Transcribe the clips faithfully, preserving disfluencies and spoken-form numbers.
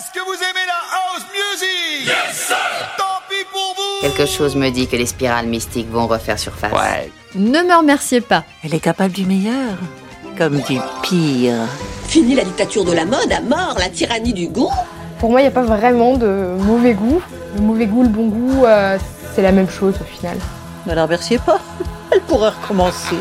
Est-ce que vous aimez la house music? Yes, sir. Tant pis pour vous. Quelque chose me dit que les spirales mystiques vont refaire surface. Ouais. Ne me remerciez pas. Elle est capable du meilleur, comme du pire. Fini la dictature de la mode, à mort la tyrannie du goût. Pour moi, il n'y a pas vraiment de mauvais goût. Le mauvais goût, le bon goût, euh, c'est la même chose au final. Ne la remerciez pas, elle pourrait recommencer.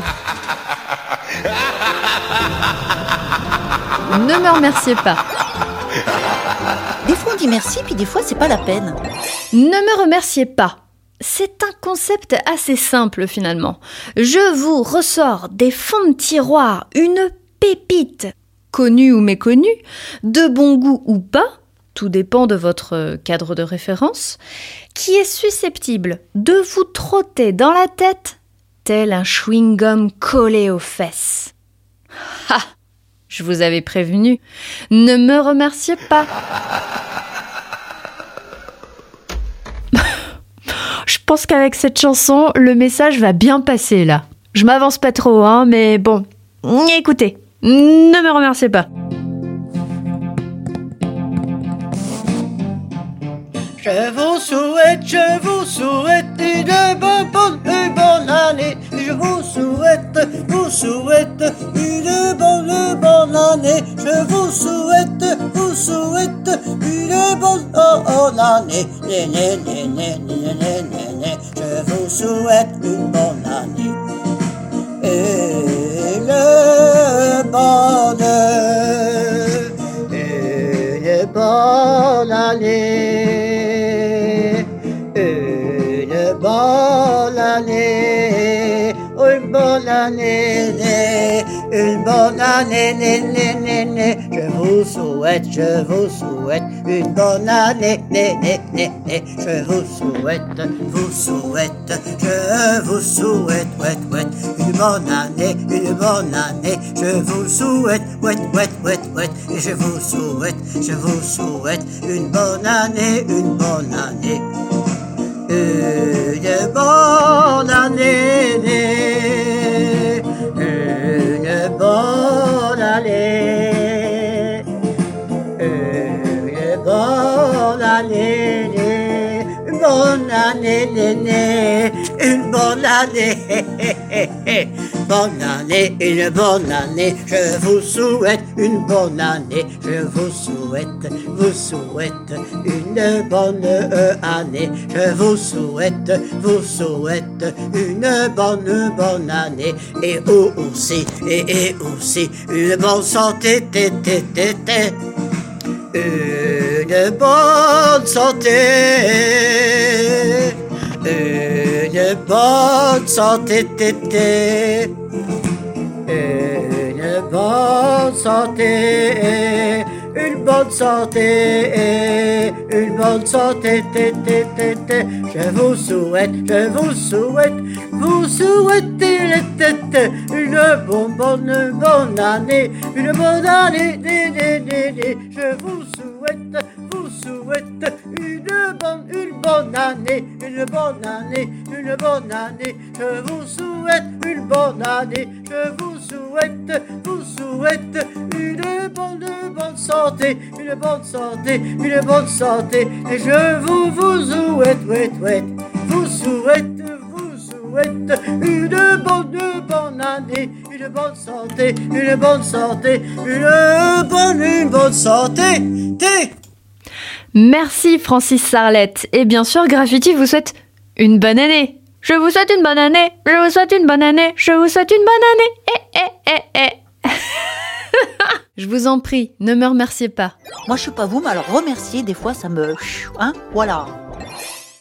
Ne me remerciez pas. Des fois on dit merci, puis des fois c'est pas la peine. Ne me remerciez pas. C'est un concept assez simple finalement. Je vous ressors des fonds de tiroir une pépite, connue ou méconnue, de bon goût ou pas, tout dépend de votre cadre de référence, qui est susceptible de vous trotter dans la tête tel un chewing-gum collé aux fesses. Ha! Je vous avais prévenu. Ne me remerciez pas. Je pense qu'avec cette chanson, le message va bien passer là. Je m'avance pas trop, hein, mais bon. Écoutez, ne me remerciez pas. Je vous souhaite, je vous souhaite une bonne, bonne, une bonne année. Je vous souhaite, vous souhaite une bonne, bonne année. Je vous souhaite, vous souhaite une bonne, bonne année. Né, né, né, né, né, né, né, né. Je vous souhaite une bonne année. Et une bonne, une bonne année. Une bonne année, une bonne année, né, une bonne année, né, né, né, né. Je vous souhaite, je vous souhaite une bonne année, né, né, né, né. Je vous souhaite, vous souhaite, je vous souhaite, ouette, ouette, une bonne année, une bonne année. Je vous souhaite, ouette, ouette, ouette, ouette. Et je vous souhaite, je vous souhaite une bonne année, une bonne année. Une bonne année, une bonne année, une bonne année, une bonne année, né, une bonne année, bonne année, une bonne année. Je vous souhaite une bonne année. Je vous souhaite, vous souhaite une bonne année. Je vous souhaite, vous souhaite une bonne, bonne année. Et aussi, et, et aussi une bonne santé, té, té, té, té. Une bonne santé. Une bonne santé, té, té. Une bonne santé. Une bonne santé, une bonne santé, té, té, té, té. Je vous souhaite, je vous souhaite, vous souhaitez les têtes, une bonne, bonne, bonne année, une bonne année, né, né, né, né. Je vous souhaite, vous souhaite une bonne, une bonne année, une bonne année, une bonne année. Je vous souhaite une bonne année, je vous souhaite, vous souhaite une bonne, bonne santé, une bonne santé, une bonne santé. Et je vous, vous souhaite, ouette, ouette, vous souhaite, vous souhaite une bonne, bonne année, une bonne santé, une bonne santé, une bonne, une bonne santé. Té. Merci Francis Sarlette. Et bien sûr, Graffiti vous souhaite une bonne année. Je vous souhaite une bonne année. Je vous souhaite une bonne année. Je vous souhaite une bonne année. Eh, eh, eh, eh. Je vous en prie, ne me remerciez pas. Moi je sais pas vous, mais alors remercier des fois ça me... Hein, voilà.